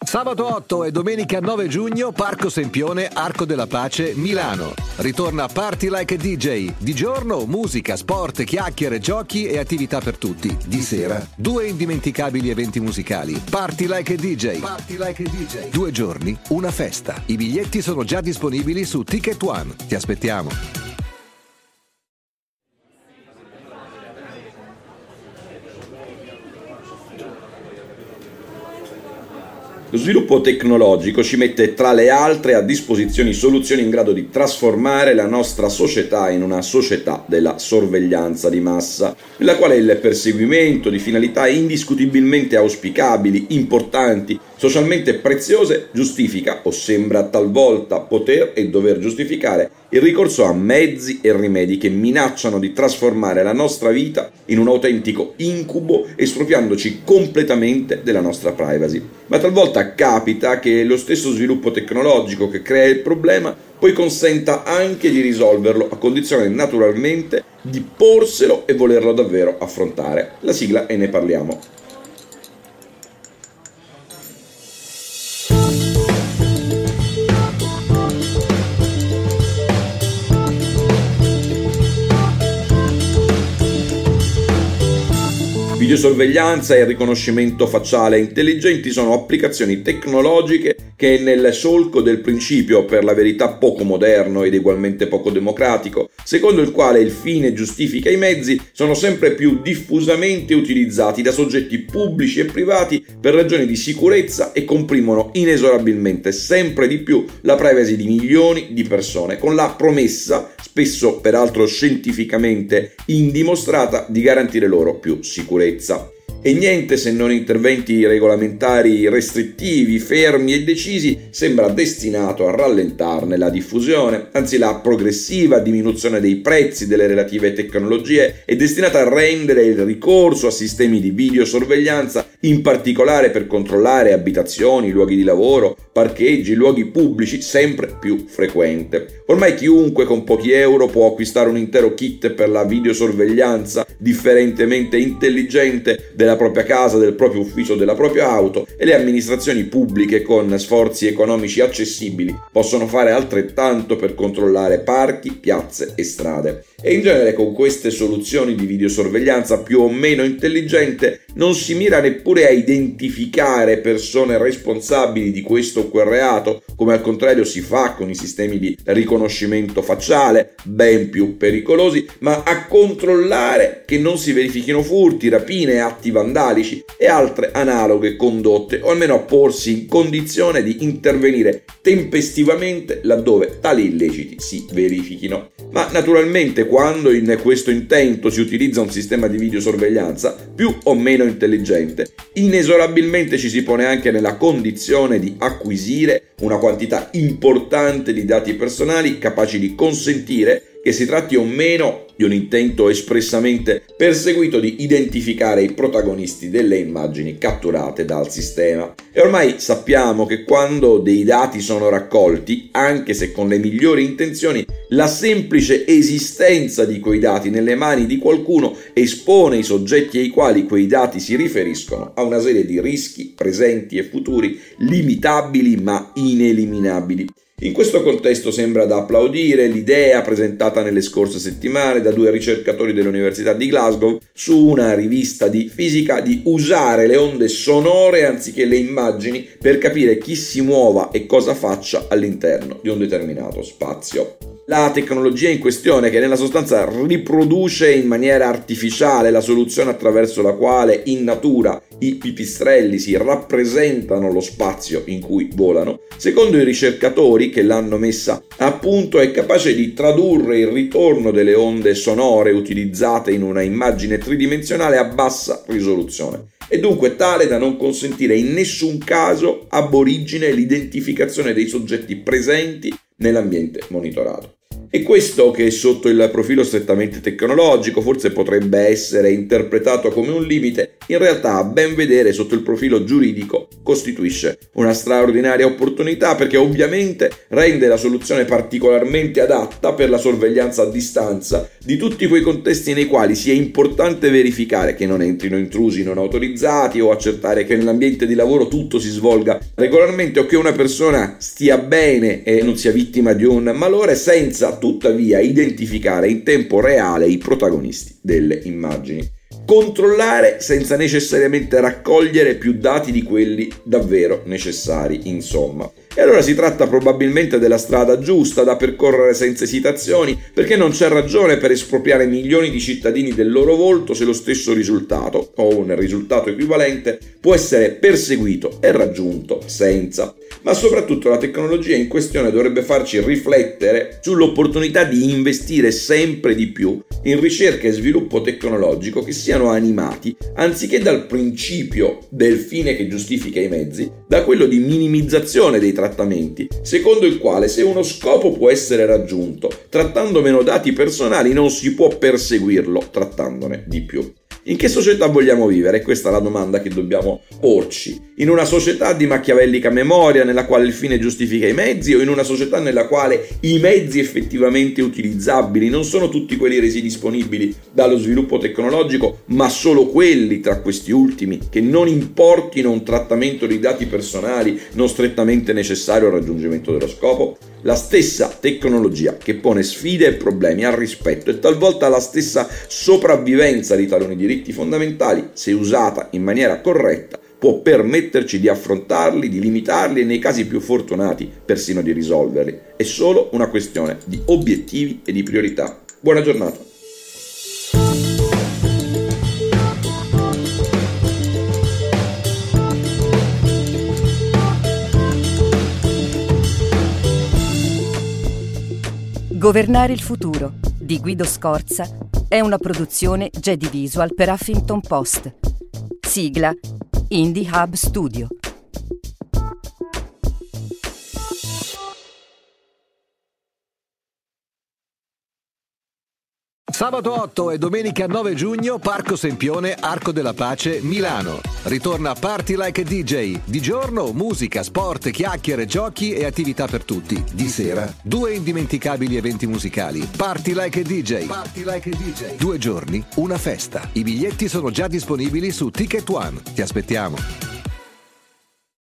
Sabato 8 e domenica 9 giugno, Parco Sempione, Arco della Pace, Milano. Ritorna Party Like a DJ. Di giorno, musica, sport, chiacchiere, giochi e attività per tutti. Di sera, 2 indimenticabili eventi musicali. Party Like a DJ. Party Like a DJ. 2 giorni, una festa. I biglietti sono già disponibili su Ticket One. Ti aspettiamo. Lo sviluppo tecnologico ci mette tra le altre a disposizione soluzioni in grado di trasformare la nostra società in una società della sorveglianza di massa, nella quale il perseguimento di finalità indiscutibilmente auspicabili, importanti, socialmente preziose, giustifica o sembra talvolta poter e dover giustificare il ricorso a mezzi e rimedi che minacciano di trasformare la nostra vita in un autentico incubo, espropriandoci completamente della nostra privacy. Ma talvolta capita che lo stesso sviluppo tecnologico che crea il problema poi consenta anche di risolverlo, a condizione naturalmente di porselo e volerlo davvero affrontare. La sigla e ne parliamo. Videosorveglianza e riconoscimento facciale intelligenti sono applicazioni tecnologiche che nel solco del principio, per la verità poco moderno ed ugualmente poco democratico, secondo il quale il fine giustifica i mezzi, sono sempre più diffusamente utilizzati da soggetti pubblici e privati per ragioni di sicurezza e comprimono inesorabilmente sempre di più la privacy di milioni di persone, con la promessa, spesso peraltro scientificamente indimostrata, di garantire loro più sicurezza. E niente se non interventi regolamentari restrittivi, fermi e decisi, sembra destinato a rallentarne la diffusione. Anzi, la progressiva diminuzione dei prezzi delle relative tecnologie è destinata a rendere il ricorso a sistemi di videosorveglianza, in particolare per controllare abitazioni, luoghi di lavoro, parcheggi, luoghi pubblici, sempre più frequente. Ormai chiunque con pochi euro può acquistare un intero kit per la videosorveglianza differentemente intelligente della propria casa, del proprio ufficio, della propria auto, e le amministrazioni pubbliche con sforzi economici accessibili possono fare altrettanto per controllare parchi, piazze e strade. E in genere con queste soluzioni di videosorveglianza più o meno intelligente non si mira neppure a identificare persone responsabili di questo o quel reato, come al contrario si fa con i sistemi di riconoscimento facciale, ben più pericolosi, ma a controllare che non si verifichino furti, rapine, atti vandalici e altre analoghe condotte, o almeno a porsi in condizione di intervenire tempestivamente laddove tali illeciti si verifichino. Ma naturalmente quando in questo intento si utilizza un sistema di videosorveglianza più o meno intelligente, inesorabilmente ci si pone anche nella condizione di acquisire una quantità importante di dati personali capaci di consentire che si tratti o meno di un intento espressamente perseguito di identificare i protagonisti delle immagini catturate dal sistema. E ormai sappiamo che quando dei dati sono raccolti, anche se con le migliori intenzioni, la semplice esistenza di quei dati nelle mani di qualcuno espone i soggetti ai quali quei dati si riferiscono a una serie di rischi presenti e futuri limitabili ma ineliminabili. In questo contesto sembra da applaudire l'idea presentata nelle scorse settimane da 2 ricercatori dell'Università di Glasgow su una rivista di fisica di usare le onde sonore anziché le immagini per capire chi si muova e cosa faccia all'interno di un determinato spazio. La tecnologia in questione, che nella sostanza riproduce in maniera artificiale la soluzione attraverso la quale in natura i pipistrelli si rappresentano lo spazio in cui volano, secondo i ricercatori che l'hanno messa a punto è capace di tradurre il ritorno delle onde sonore utilizzate in una immagine tridimensionale a bassa risoluzione e dunque tale da non consentire in nessun caso ab origine l'identificazione dei soggetti presenti nell'ambiente monitorato. E questo, che sotto il profilo strettamente tecnologico forse potrebbe essere interpretato come un limite, in realtà a ben vedere sotto il profilo giuridico costituisce una straordinaria opportunità, perché ovviamente rende la soluzione particolarmente adatta per la sorveglianza a distanza di tutti quei contesti nei quali sia importante verificare che non entrino intrusi non autorizzati, o accertare che nell'ambiente di lavoro tutto si svolga regolarmente, o che una persona stia bene e non sia vittima di un malore, senza tuttavia identificare in tempo reale i protagonisti delle immagini. Controllare senza necessariamente raccogliere più dati di quelli davvero necessari, insomma. E allora si tratta probabilmente della strada giusta da percorrere senza esitazioni, perché non c'è ragione per espropriare milioni di cittadini del loro volto se lo stesso risultato, o un risultato equivalente, può essere perseguito e raggiunto senza. Ma soprattutto la tecnologia in questione dovrebbe farci riflettere sull'opportunità di investire sempre di più in ricerca e sviluppo tecnologico che siano animati, anziché dal principio del fine che giustifica i mezzi, da quello di minimizzazione dei trattamenti, secondo il quale se uno scopo può essere raggiunto trattando meno dati personali, non si può perseguirlo trattandone di più. In che società vogliamo vivere? Questa è la domanda che dobbiamo porci. In una società di machiavellica memoria nella quale il fine giustifica i mezzi, o in una società nella quale i mezzi effettivamente utilizzabili non sono tutti quelli resi disponibili dallo sviluppo tecnologico, ma solo quelli tra questi ultimi che non importino un trattamento di dati personali non strettamente necessario al raggiungimento dello scopo? La stessa tecnologia che pone sfide e problemi al rispetto e talvolta alla stessa sopravvivenza di taluni diritti fondamentali, se usata in maniera corretta, può permetterci di affrontarli, di limitarli e nei casi più fortunati persino di risolverli. È solo una questione di obiettivi e di priorità. Buona giornata. Governare il futuro di Guido Scorza è una produzione Jedi Visual per Huffington Post. Sigla Indie Hub Studio. Sabato 8 e domenica 9 giugno, Parco Sempione, Arco della Pace, Milano. Ritorna Party Like a DJ. Di giorno, musica, sport, chiacchiere, giochi e attività per tutti. Di sera, 2 indimenticabili eventi musicali. Party Like a DJ. Party Like a DJ. 2 giorni, una festa. I biglietti sono già disponibili su Ticket One. Ti aspettiamo.